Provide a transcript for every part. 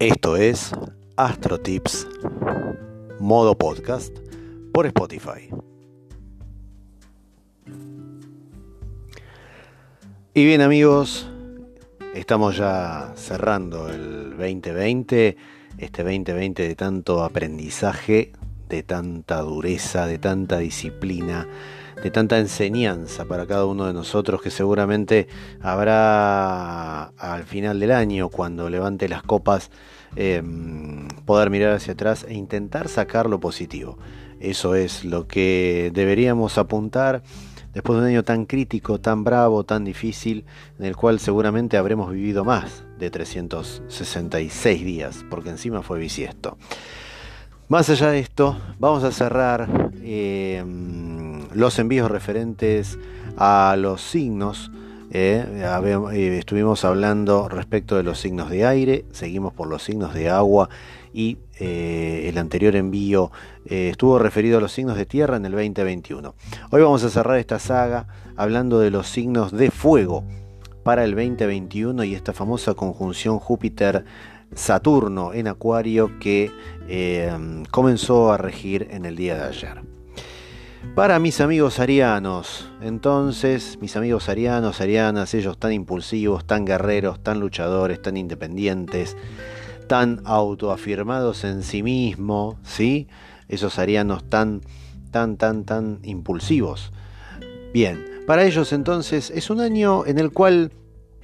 Esto es Astro Tips, modo podcast, por Spotify. Y bien amigos, estamos ya cerrando el 2020, este 2020 de tanto aprendizaje, de tanta dureza, de tanta disciplina, de tanta enseñanza para cada uno de nosotros, que seguramente habrá al final del año, cuando levante las copas, poder mirar hacia atrás e intentar sacar lo positivo. Eso es lo que deberíamos apuntar después de un año tan crítico, tan bravo, tan difícil, en el cual seguramente habremos vivido más de 366 días, porque encima fue bisiesto. Más allá de esto, vamos a cerrar los envíos referentes a los signos. Estuvimos hablando respecto de los signos de aire, seguimos por los signos de agua y el anterior envío estuvo referido a los signos de tierra en el 2021. Hoy vamos a cerrar esta saga hablando de los signos de fuego para el 2021 y esta famosa conjunción Júpiter-Saturno en Acuario que comenzó a regir en el día de ayer. Para mis amigos arianos, entonces, mis amigos arianos, arianas, ellos tan impulsivos, tan guerreros, tan luchadores, tan independientes, tan autoafirmados en sí mismos, ¿sí? Esos arianos tan impulsivos. Bien, para ellos entonces es un año en el cual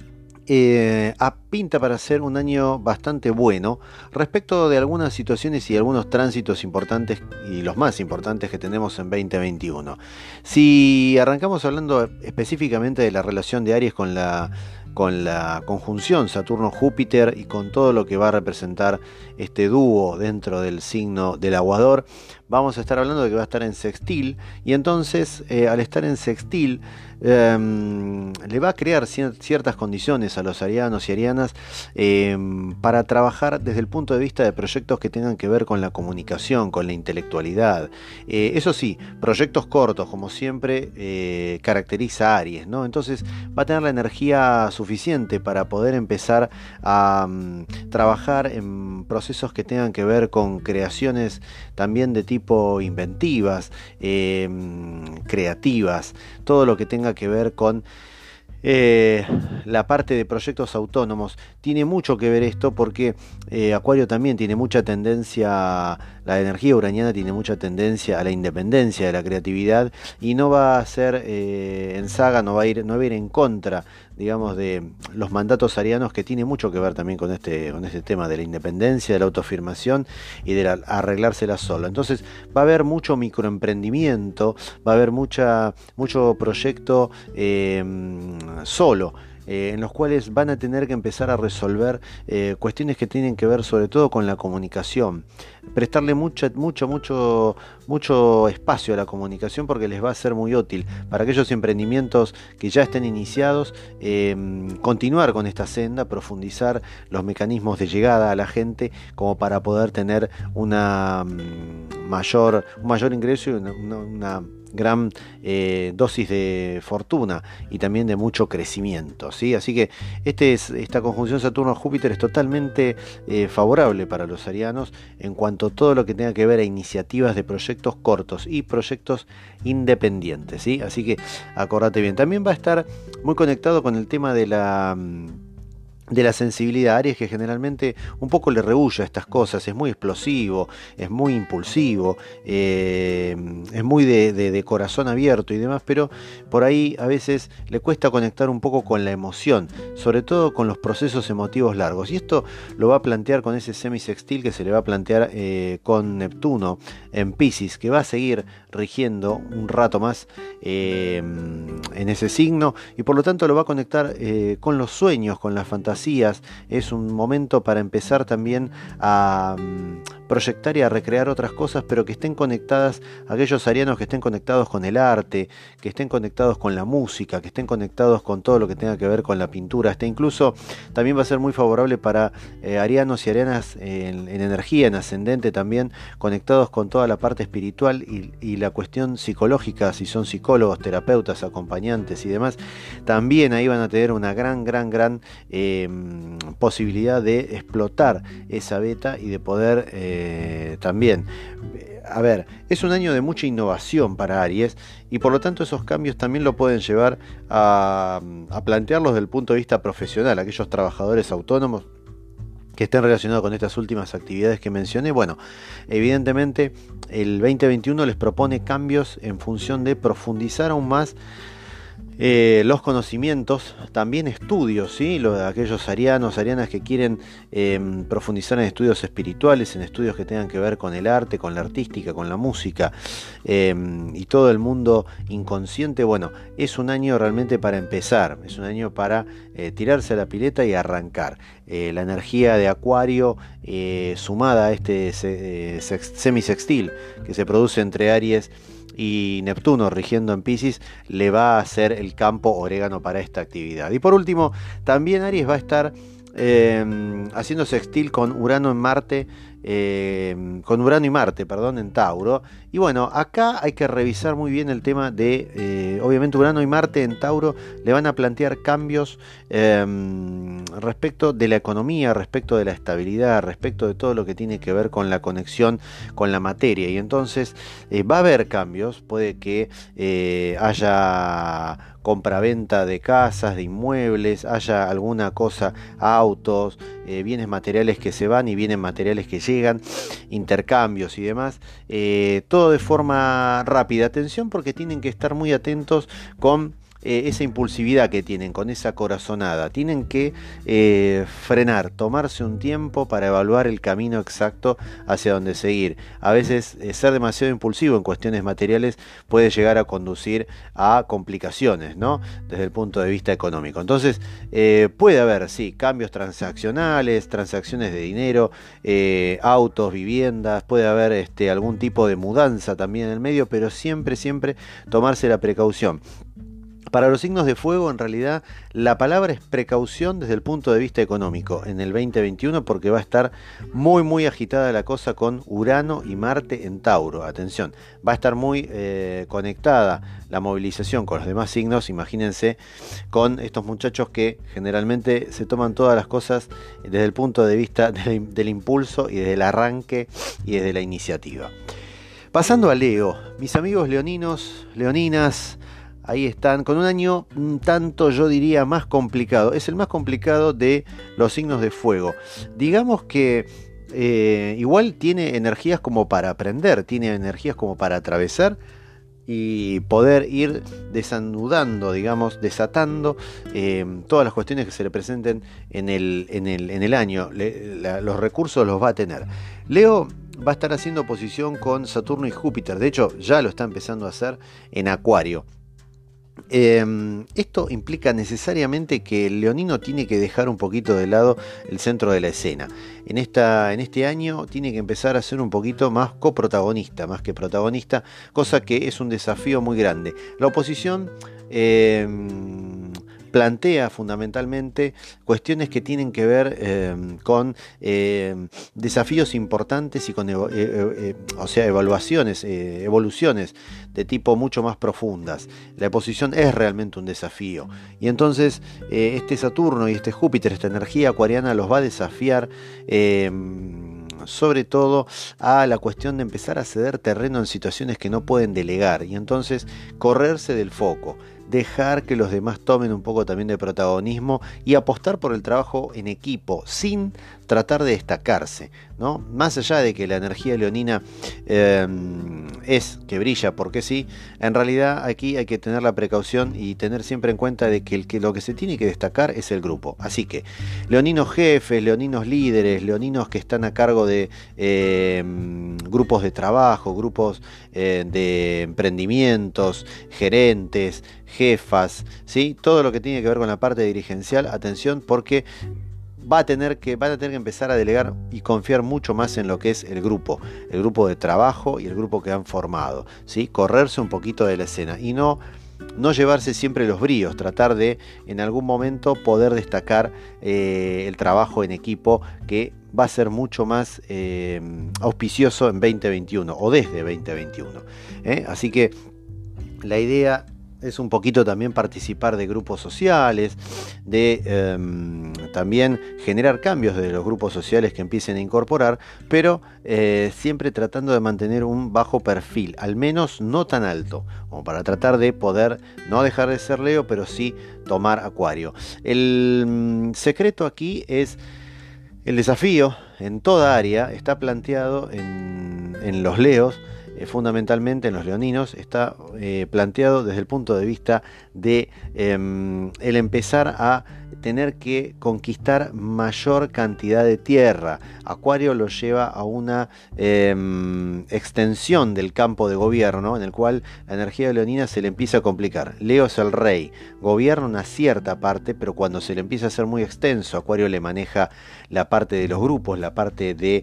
pinta para ser un año bastante bueno respecto de algunas situaciones y algunos tránsitos importantes y los más importantes que tenemos en 2021. Si arrancamos hablando específicamente de la relación de Aries con la conjunción Saturno-Júpiter y con todo lo que va a representar este dúo dentro del signo del aguador, vamos a estar hablando de que va a estar en sextil y entonces al estar en sextil le va a crear ciertas condiciones a los arianos y arianas para trabajar desde el punto de vista de proyectos que tengan que ver con la comunicación, con la intelectualidad. Eso sí, proyectos cortos, como siempre caracteriza a Aries, ¿no? Entonces va a tener la energía suficiente para poder empezar a trabajar en procesos que tengan que ver con creaciones también de tipo inventivas, creativas, todo lo que tenga que ver con la parte de proyectos autónomos. Tiene mucho que ver esto porque Acuario también tiene mucha tendencia, la energía uraniana tiene mucha tendencia a la independencia de la creatividad y no va a ser en saga, no va a ir en contra, digamos, de los mandatos arianos, que tiene mucho que ver también con este tema de la independencia, de la autoafirmación y de arreglársela solo. Entonces va a haber mucho microemprendimiento, va a haber mucho proyecto solo, en los cuales van a tener que empezar a resolver cuestiones que tienen que ver sobre todo con la comunicación, prestarle mucho espacio a la comunicación, porque les va a ser muy útil para aquellos emprendimientos que ya estén iniciados, continuar con esta senda, profundizar los mecanismos de llegada a la gente como para poder tener un mayor ingreso y una gran dosis de fortuna y también de mucho crecimiento, ¿sí? Así que esta conjunción Saturno-Júpiter es totalmente favorable para los arianos en cuanto a todo lo que tenga que ver a iniciativas de proyectos cortos y proyectos independientes, ¿sí? Así que acordate bien. También va a estar muy conectado con el tema de la sensibilidad. Aries, que generalmente un poco le rehúye a estas cosas, es muy explosivo, es muy impulsivo, es muy de corazón abierto y demás, pero por ahí a veces le cuesta conectar un poco con la emoción, sobre todo con los procesos emotivos largos, y esto lo va a plantear con ese semisextil que se le va a plantear con Neptuno en Piscis, que va a seguir rigiendo un rato más en ese signo, y por lo tanto lo va a conectar con los sueños, con las fantasías. Es un momento para empezar también a proyectar y a recrear otras cosas, pero que estén conectadas, aquellos arianos que estén conectados con el arte, que estén conectados con la música, que estén conectados con todo lo que tenga que ver con la pintura. Incluso también va a ser muy favorable para arianos y arianas en energía, en ascendente también, conectados con toda la parte espiritual y la cuestión psicológica, si son psicólogos, terapeutas, acompañantes y demás, también ahí van a tener una gran posibilidad de explotar esa beta y de poder también... A ver, es un año de mucha innovación para Aries y por lo tanto esos cambios también lo pueden llevar a plantearlos desde el punto de vista profesional, aquellos trabajadores autónomos que estén relacionados con estas últimas actividades que mencioné. Bueno, evidentemente el 2021 les propone cambios en función de profundizar aún más los conocimientos, también estudios, ¿sí? Aquellos arianos, arianas que quieren profundizar en estudios espirituales, en estudios que tengan que ver con el arte, con la artística, con la música y todo el mundo inconsciente. Bueno, es un año realmente para empezar, es un año para tirarse a la pileta y arrancar. La energía de Acuario sumada a este semisextil que se produce entre Aries y Neptuno rigiendo en Piscis, le va a hacer el campo orégano para esta actividad. Y por último, también Aries va a estar haciendo sextil con Urano en Marte, con Urano y Marte, perdón, en Tauro. Y bueno, acá hay que revisar muy bien el tema de, obviamente Urano y Marte en Tauro le van a plantear cambios respecto de la economía, respecto de la estabilidad, respecto de todo lo que tiene que ver con la conexión con la materia. Y entonces va a haber cambios, puede que haya compraventa de casas, de inmuebles, haya alguna cosa, autos, bienes materiales que se van y bienes materiales que llegan, intercambios y demás, todo de forma rápida. Atención porque tienen que estar muy atentos con esa impulsividad que tienen, con esa corazonada. Tienen que frenar, tomarse un tiempo para evaluar el camino exacto hacia donde seguir. A veces ser demasiado impulsivo en cuestiones materiales puede llegar a conducir a complicaciones, ¿no? Desde el punto de vista económico. Entonces puede haber, sí, cambios transaccionales, transacciones de dinero, autos, viviendas, puede haber algún tipo de mudanza también en el medio, pero siempre tomarse la precaución. Para los signos de fuego, en realidad, la palabra es precaución desde el punto de vista económico en el 2021 porque va a estar muy agitada la cosa con Urano y Marte en Tauro. Atención, va a estar muy conectada la movilización con los demás signos, imagínense, con estos muchachos que generalmente se toman todas las cosas desde el punto de vista del impulso y desde el arranque y desde la iniciativa. Pasando a Leo, mis amigos leoninos, leoninas, ahí están, con un año un tanto, yo diría, más complicado. Es el más complicado de los signos de fuego. Digamos que igual tiene energías como para aprender, tiene energías como para atravesar y poder ir desanudando, digamos, desatando todas las cuestiones que se le presenten en el año. Los recursos los va a tener. Leo va a estar haciendo oposición con Saturno y Júpiter. De hecho, ya lo está empezando a hacer en Acuario. Esto implica necesariamente que el leonino tiene que dejar un poquito de lado el centro de la escena. En este año tiene que empezar a ser un poquito más coprotagonista, más que protagonista, cosa que es un desafío muy grande. La oposición plantea fundamentalmente cuestiones que tienen que ver con desafíos importantes y con evoluciones de tipo mucho más profundas. La oposición es realmente un desafío y entonces este Saturno y este Júpiter, esta energía acuariana los va a desafiar sobre todo a la cuestión de empezar a ceder terreno en situaciones que no pueden delegar y entonces correrse del foco, dejar que los demás tomen un poco también de protagonismo y apostar por el trabajo en equipo sin tratar de destacarse, ¿no? Más allá de que la energía leonina es que brilla porque sí, en realidad aquí hay que tener la precaución y tener siempre en cuenta de que lo que se tiene que destacar es el grupo. Así que leoninos jefes, leoninos líderes, leoninos que están a cargo de grupos de trabajo, grupos de emprendimientos, gerentes, jefas, ¿sí? Todo lo que tiene que ver con la parte dirigencial, atención porque van a tener que empezar a delegar y confiar mucho más en lo que es el grupo de trabajo y el grupo que han formado, ¿sí? Correrse un poquito de la escena y no llevarse siempre los bríos, tratar de en algún momento poder destacar el trabajo en equipo, que va a ser mucho más auspicioso en 2021 o desde 2021. Así que la idea es un poquito también participar de grupos sociales, de también generar cambios de los grupos sociales que empiecen a incorporar, pero siempre tratando de mantener un bajo perfil, al menos no tan alto, como para tratar de poder no dejar de ser Leo, pero sí tomar Acuario. El secreto aquí es el desafío en toda área, está planteado en los Leos. Fundamentalmente en los leoninos está planteado desde el punto de vista de el empezar a tener que conquistar mayor cantidad de tierra. Acuario lo lleva a una extensión del campo de gobierno, en el cual la energía leonina se le empieza a complicar. Leo es el rey, gobierna una cierta parte, pero cuando se le empieza a hacer muy extenso, Acuario le maneja la parte de los grupos, la parte de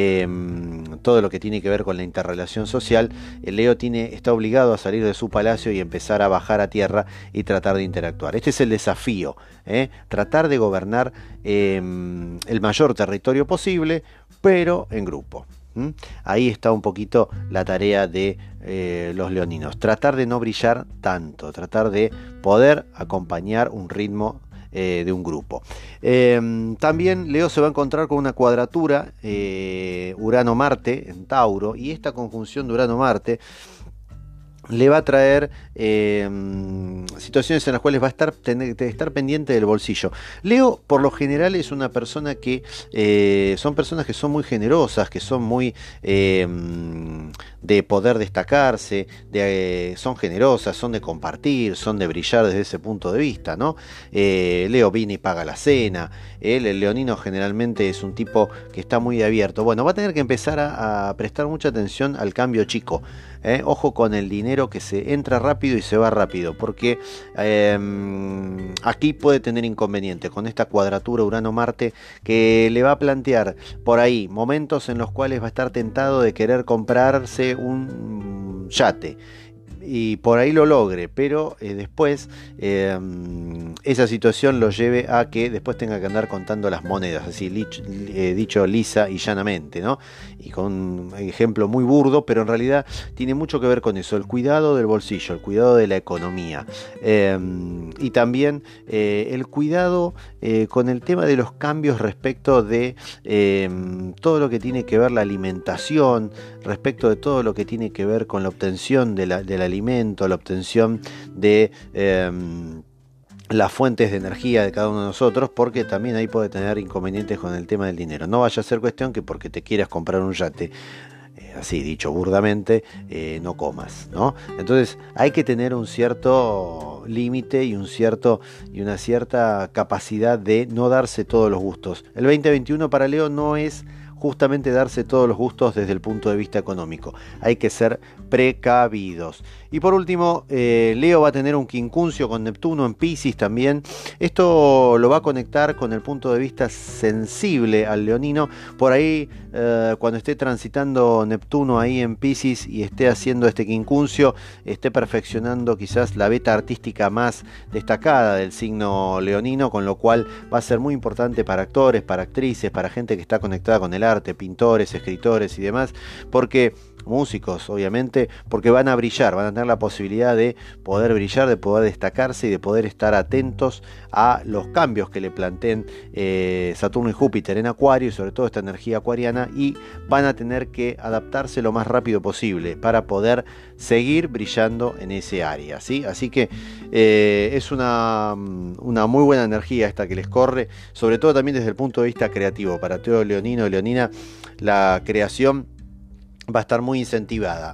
todo lo que tiene que ver con la interrelación social. El Leo está obligado a salir de su palacio y empezar a bajar a tierra y tratar de interactuar. Este es el desafío, tratar de gobernar el mayor territorio posible, pero en grupo. Ahí está un poquito la tarea de los leoninos, tratar de no brillar tanto, tratar de poder acompañar un ritmo de un grupo. También Leo se va a encontrar con una cuadratura Urano-Marte en Tauro, y esta conjunción de Urano-Marte le va a traer situaciones en las cuales va a tener que estar pendiente del bolsillo. Leo, por lo general, es una persona que son personas que son muy generosas, que son muy de poder destacarse, son generosas, son de compartir, son de brillar desde ese punto de vista, ¿no? Leo viene y paga la cena. El leonino generalmente es un tipo que está muy abierto. Bueno, va a tener que empezar a prestar mucha atención al cambio chico. Ojo con el dinero que se entra rápido y se va rápido, porque aquí puede tener inconveniente con esta cuadratura Urano-Marte, que le va a plantear por ahí momentos en los cuales va a estar tentado de querer comprarse un yate y por ahí lo logre, pero después esa situación lo lleve a que después tenga que andar contando las monedas, así dicho lisa y llanamente, ¿no? Y con un ejemplo muy burdo, pero en realidad tiene mucho que ver con eso, el cuidado del bolsillo, el cuidado de la economía, y también el cuidado con el tema de los cambios respecto de todo lo que tiene que ver la alimentación, respecto de todo lo que tiene que ver con la obtención del alimento, la obtención de las fuentes de energía de cada uno de nosotros, porque también ahí puede tener inconvenientes con el tema del dinero. No vaya a ser cuestión que porque te quieras comprar un yate, así dicho burdamente, no comas, ¿no? Entonces hay que tener un cierto límite y una cierta capacidad de no darse todos los gustos. El 2021 para Leo no es justamente darse todos los gustos desde el punto de vista económico. Hay que ser precavidos. Y por último, Leo va a tener un quincuncio con Neptuno en Piscis también. Esto lo va a conectar con el punto de vista sensible al leonino. Por ahí, cuando esté transitando Neptuno ahí en Piscis y esté haciendo este quincuncio, esté perfeccionando quizás la beta artística más destacada del signo leonino, con lo cual va a ser muy importante para actores, para actrices, para gente que está conectada con el arte, pintores, escritores y demás, porque músicos, obviamente, porque van a brillar, van a tener la posibilidad de poder brillar, de poder destacarse y de poder estar atentos a los cambios que le planteen Saturno y Júpiter en Acuario, y sobre todo esta energía acuariana, y van a tener que adaptarse lo más rápido posible para poder seguir brillando en ese área, ¿sí? Así que es una muy buena energía esta que les corre, sobre todo también desde el punto de vista creativo. Para todo leonino y leonina, la creación va a estar muy incentivada.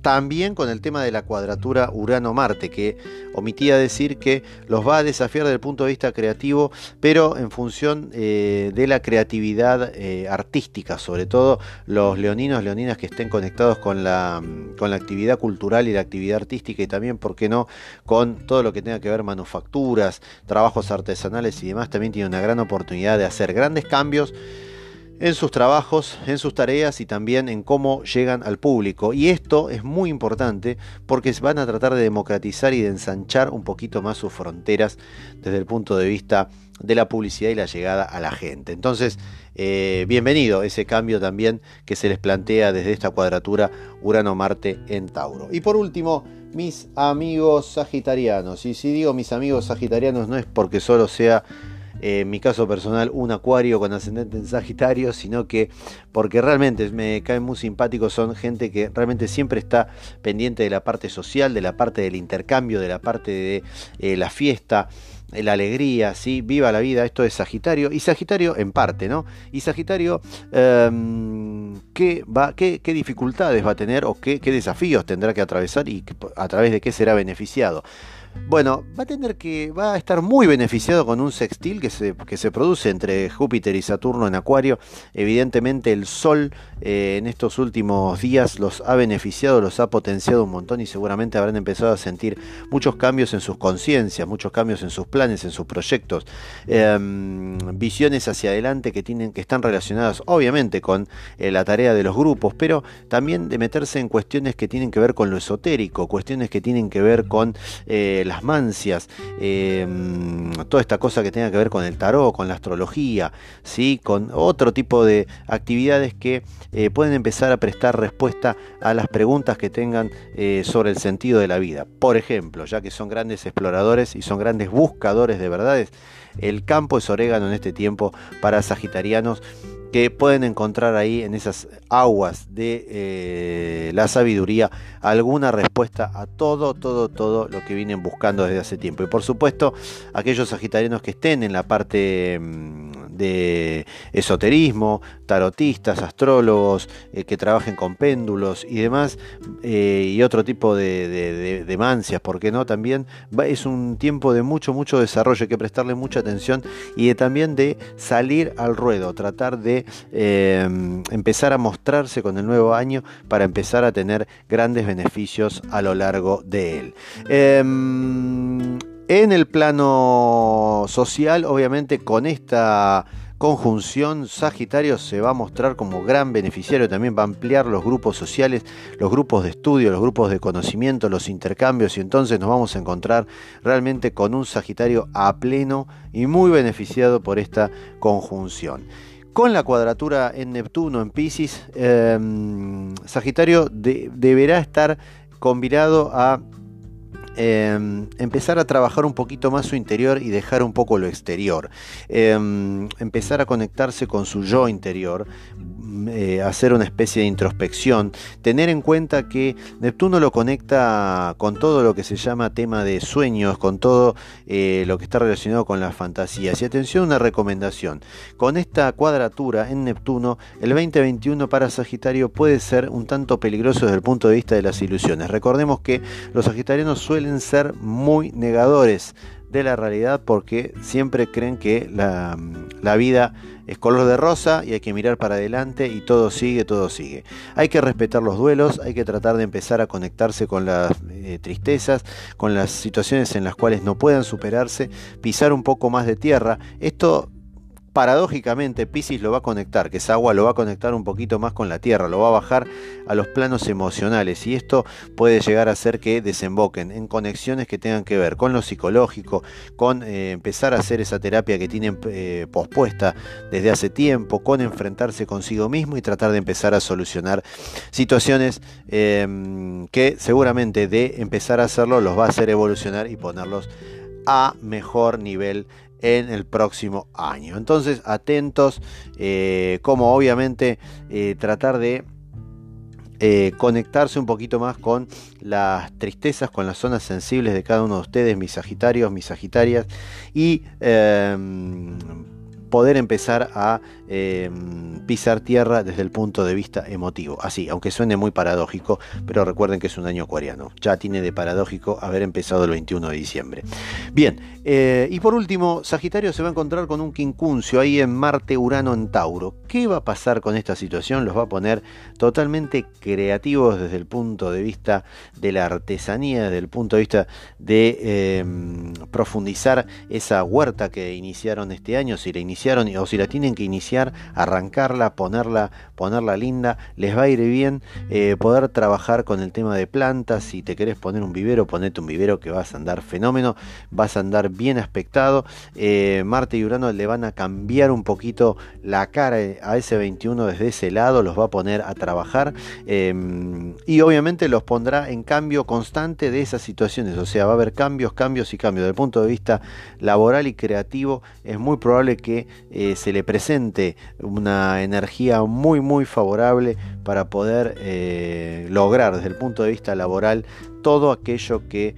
También con el tema de la cuadratura Urano-Marte, que omitía decir que los va a desafiar desde el punto de vista creativo, pero en función de la creatividad artística, sobre todo los leoninos, leoninas que estén conectados con la actividad cultural y la actividad artística, y también, ¿por qué no?, con todo lo que tenga que ver manufacturas, trabajos artesanales y demás. También tiene una gran oportunidad de hacer grandes cambios en sus trabajos, en sus tareas y también en cómo llegan al público. Y esto es muy importante porque van a tratar de democratizar y de ensanchar un poquito más sus fronteras desde el punto de vista de la publicidad y la llegada a la gente. Entonces, bienvenido ese cambio también que se les plantea desde esta cuadratura Urano-Marte en Tauro. Y por último, mis amigos sagitarianos. Y si digo mis amigos sagitarianos, no es porque solo sea en mi caso personal un acuario con ascendente en Sagitario, sino que porque realmente me caen muy simpáticos. Son gente que realmente siempre está pendiente de la parte social, de la parte del intercambio, de la parte de la fiesta, la alegría, ¿sí? Viva la vida. Esto es Sagitario, y Sagitario en parte, ¿no? Y Sagitario, ¿qué dificultades va a tener o qué desafíos tendrá que atravesar y a través de qué será beneficiado? Bueno, va a estar muy beneficiado con un sextil que se produce entre Júpiter y Saturno en Acuario. Evidentemente el Sol en estos últimos días los ha beneficiado, los ha potenciado un montón, y seguramente habrán empezado a sentir muchos cambios en sus conciencias, muchos cambios en sus planes, en sus proyectos, visiones hacia adelante que están relacionadas obviamente con la tarea de los grupos, pero también de meterse en cuestiones que tienen que ver con lo esotérico, cuestiones que tienen que ver con las mancias, toda esta cosa que tenga que ver con el tarot, con la astrología, ¿sí? Con otro tipo de actividades que pueden empezar a prestar respuesta a las preguntas que tengan sobre el sentido de la vida. Por ejemplo, ya que son grandes exploradores y son grandes buscadores de verdades, el campo es orégano en este tiempo para sagitarianos, que pueden encontrar ahí en esas aguas de la sabiduría alguna respuesta a todo lo que vienen buscando desde hace tiempo. Y por supuesto, aquellos sagitarianos que estén en la parte de esoterismo, tarotistas, astrólogos, que trabajen con péndulos y demás, y otro tipo de mancias, ¿por qué no? También es un tiempo de mucho desarrollo, hay que prestarle mucha atención y también de salir al ruedo, tratar de empezar a mostrarse con el nuevo año para empezar a tener grandes beneficios a lo largo de él. En el plano social, obviamente, con esta conjunción, Sagitario se va a mostrar como gran beneficiario. También va a ampliar los grupos sociales, los grupos de estudio, los grupos de conocimiento, los intercambios, y entonces nos vamos a encontrar realmente con un Sagitario a pleno y muy beneficiado por esta conjunción. Con la cuadratura en Neptuno en Piscis, Sagitario deberá estar combinado a empezar a trabajar un poquito más su interior y dejar un poco lo exterior, empezar a conectarse con su yo interior, hacer una especie de introspección, tener en cuenta que Neptuno lo conecta con todo lo que se llama tema de sueños, con todo lo que está relacionado con las fantasías. Y atención, una recomendación: con esta cuadratura en Neptuno, el 2021 para Sagitario puede ser un tanto peligroso desde el punto de vista de las ilusiones. Recordemos que los sagitarianos suelen ser muy negadores de la realidad, porque siempre creen que la vida es color de rosa y hay que mirar para adelante y todo sigue. Hay que respetar los duelos, hay que tratar de empezar a conectarse con las tristezas, con las situaciones en las cuales no puedan superarse, pisar un poco más de tierra. Esto, paradójicamente, Piscis lo va a conectar, que es agua, lo va a conectar un poquito más con la tierra, lo va a bajar a los planos emocionales, y esto puede llegar a hacer que desemboquen en conexiones que tengan que ver con lo psicológico, con empezar a hacer esa terapia que tienen pospuesta desde hace tiempo, con enfrentarse consigo mismo y tratar de empezar a solucionar situaciones que seguramente, de empezar a hacerlo, los va a hacer evolucionar y ponerlos a mejor nivel en el próximo año. Entonces, atentos, como obviamente tratar de conectarse un poquito más con las tristezas, con las zonas sensibles de cada uno de ustedes, mis Sagitarios, mis Sagitarias, y poder empezar a pisar tierra desde el punto de vista emotivo. Así, aunque suene muy paradójico, pero recuerden que es un año acuariano. Ya tiene de paradójico haber empezado el 21 de diciembre. Bien, y por último, Sagitario se va a encontrar con un quincuncio ahí en Marte, Urano en Tauro. ¿Qué va a pasar con esta situación? Los va a poner totalmente creativos desde el punto de vista de la artesanía, desde el punto de vista de profundizar esa huerta que iniciaron este año, si la iniciaron o si la tienen que iniciar, arrancarla, ponerla linda, les va a ir bien poder trabajar con el tema de plantas. Si te querés poner un vivero, ponete un vivero que vas a andar fenómeno, vas a andar bien aspectado. Marte y Urano le van a cambiar un poquito la cara a ese 21 desde ese lado, los va a poner a trabajar y obviamente los pondrá en cambio constante de esas situaciones, o sea, va a haber cambios y cambios. Desde el punto de vista laboral y creativo es muy probable que se le presente una energía muy favorable para poder lograr desde el punto de vista laboral todo aquello que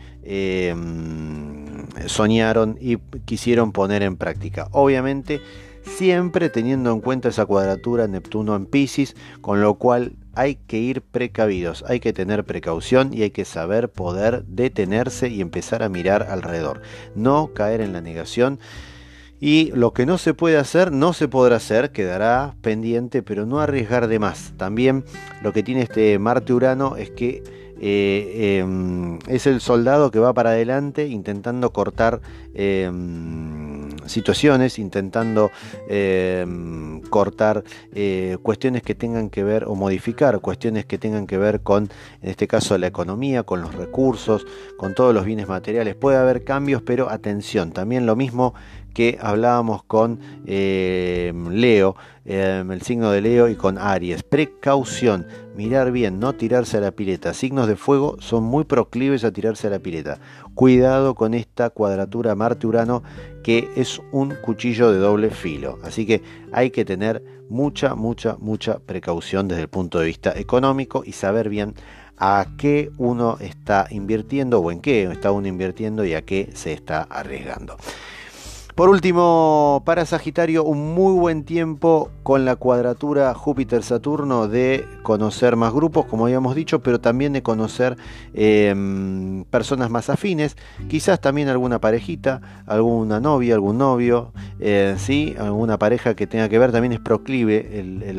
soñaron y quisieron poner en práctica. Obviamente siempre teniendo en cuenta esa cuadratura Neptuno en Piscis, con lo cual hay que ir precavidos, hay que tener precaución y hay que saber poder detenerse y empezar a mirar alrededor, no caer en la negación. Y lo que no se puede hacer, no se podrá hacer, quedará pendiente, pero no arriesgar de más. También lo que tiene este Marte-Urano es que es el soldado que va para adelante intentando cortar situaciones, intentando cortar cuestiones que tengan que ver o modificar cuestiones que tengan que ver con, en este caso, la economía, con los recursos, con todos los bienes materiales. Puede haber cambios, pero atención, también lo mismo que hablábamos con Leo, el signo de Leo, y con Aries. Precaución, mirar bien, no tirarse a la pileta. Signos de fuego son muy proclives a tirarse a la pileta. Cuidado con esta cuadratura Marte-Urano, que es un cuchillo de doble filo. Así que hay que tener mucha precaución desde el punto de vista económico y saber bien a qué uno está invirtiendo o en qué está uno invirtiendo y a qué se está arriesgando. Por último, para Sagitario, un muy buen tiempo con la cuadratura Júpiter-Saturno de conocer más grupos, como habíamos dicho, pero también de conocer personas más afines, quizás también alguna parejita, alguna novia, algún novio, ¿sí? Alguna pareja que tenga que ver, también es proclive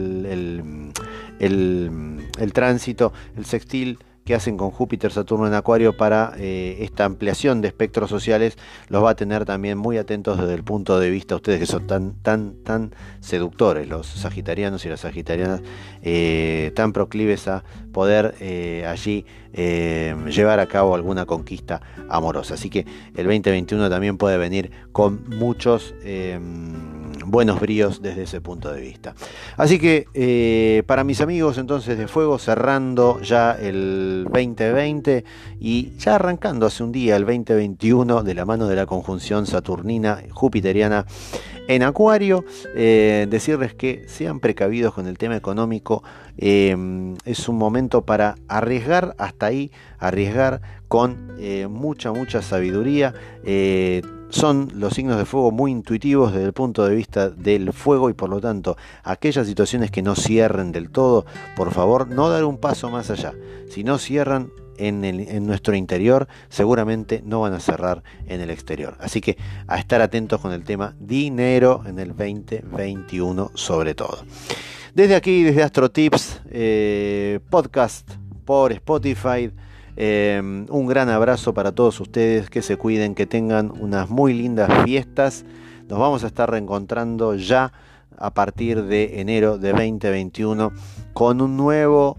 el tránsito, el sextil que hacen con Júpiter, Saturno en Acuario para esta ampliación de espectros sociales, los va a tener también muy atentos desde el punto de vista, ustedes que son tan seductores, los sagitarianos y las sagitarianas, tan proclives a poder allí llevar a cabo alguna conquista amorosa. Así que el 2021 también puede venir con muchos buenos bríos desde ese punto de vista. Así que para mis amigos entonces de fuego, cerrando ya el 2020 y ya arrancando hace un día el 2021 de la mano de la conjunción saturnina jupiteriana en Acuario, decirles que sean precavidos con el tema económico. Es un momento para arriesgar hasta ahí, arriesgar con mucha sabiduría. Son los signos de fuego muy intuitivos desde el punto de vista del fuego y por lo tanto aquellas situaciones que no cierren del todo, por favor no dar un paso más allá. Si no cierran en nuestro interior, seguramente no van a cerrar en el exterior. Así que a estar atentos con el tema dinero en el 2021 sobre todo. Desde aquí, desde Astro Tips, podcast por Spotify, un gran abrazo para todos ustedes, que se cuiden, que tengan unas muy lindas fiestas. Nos vamos a estar reencontrando ya a partir de enero de 2021 con un nuevo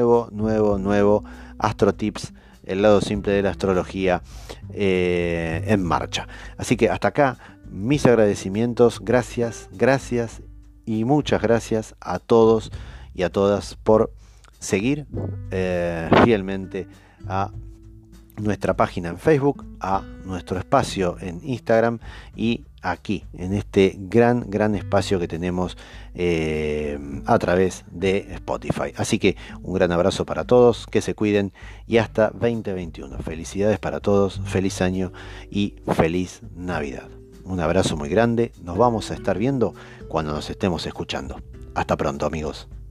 Astro Tips, el lado simple de la astrología en marcha. Así que hasta acá mis agradecimientos, gracias y muchas gracias a todos y a todas por seguir fielmente a nuestra página en Facebook, a nuestro espacio en Instagram y aquí en este gran espacio que tenemos a través de Spotify. Así que un gran abrazo para todos, que se cuiden y hasta 2021. Felicidades para todos, feliz año y feliz Navidad. Un abrazo muy grande. Nos vamos a estar viendo cuando nos estemos escuchando. Hasta pronto, amigos.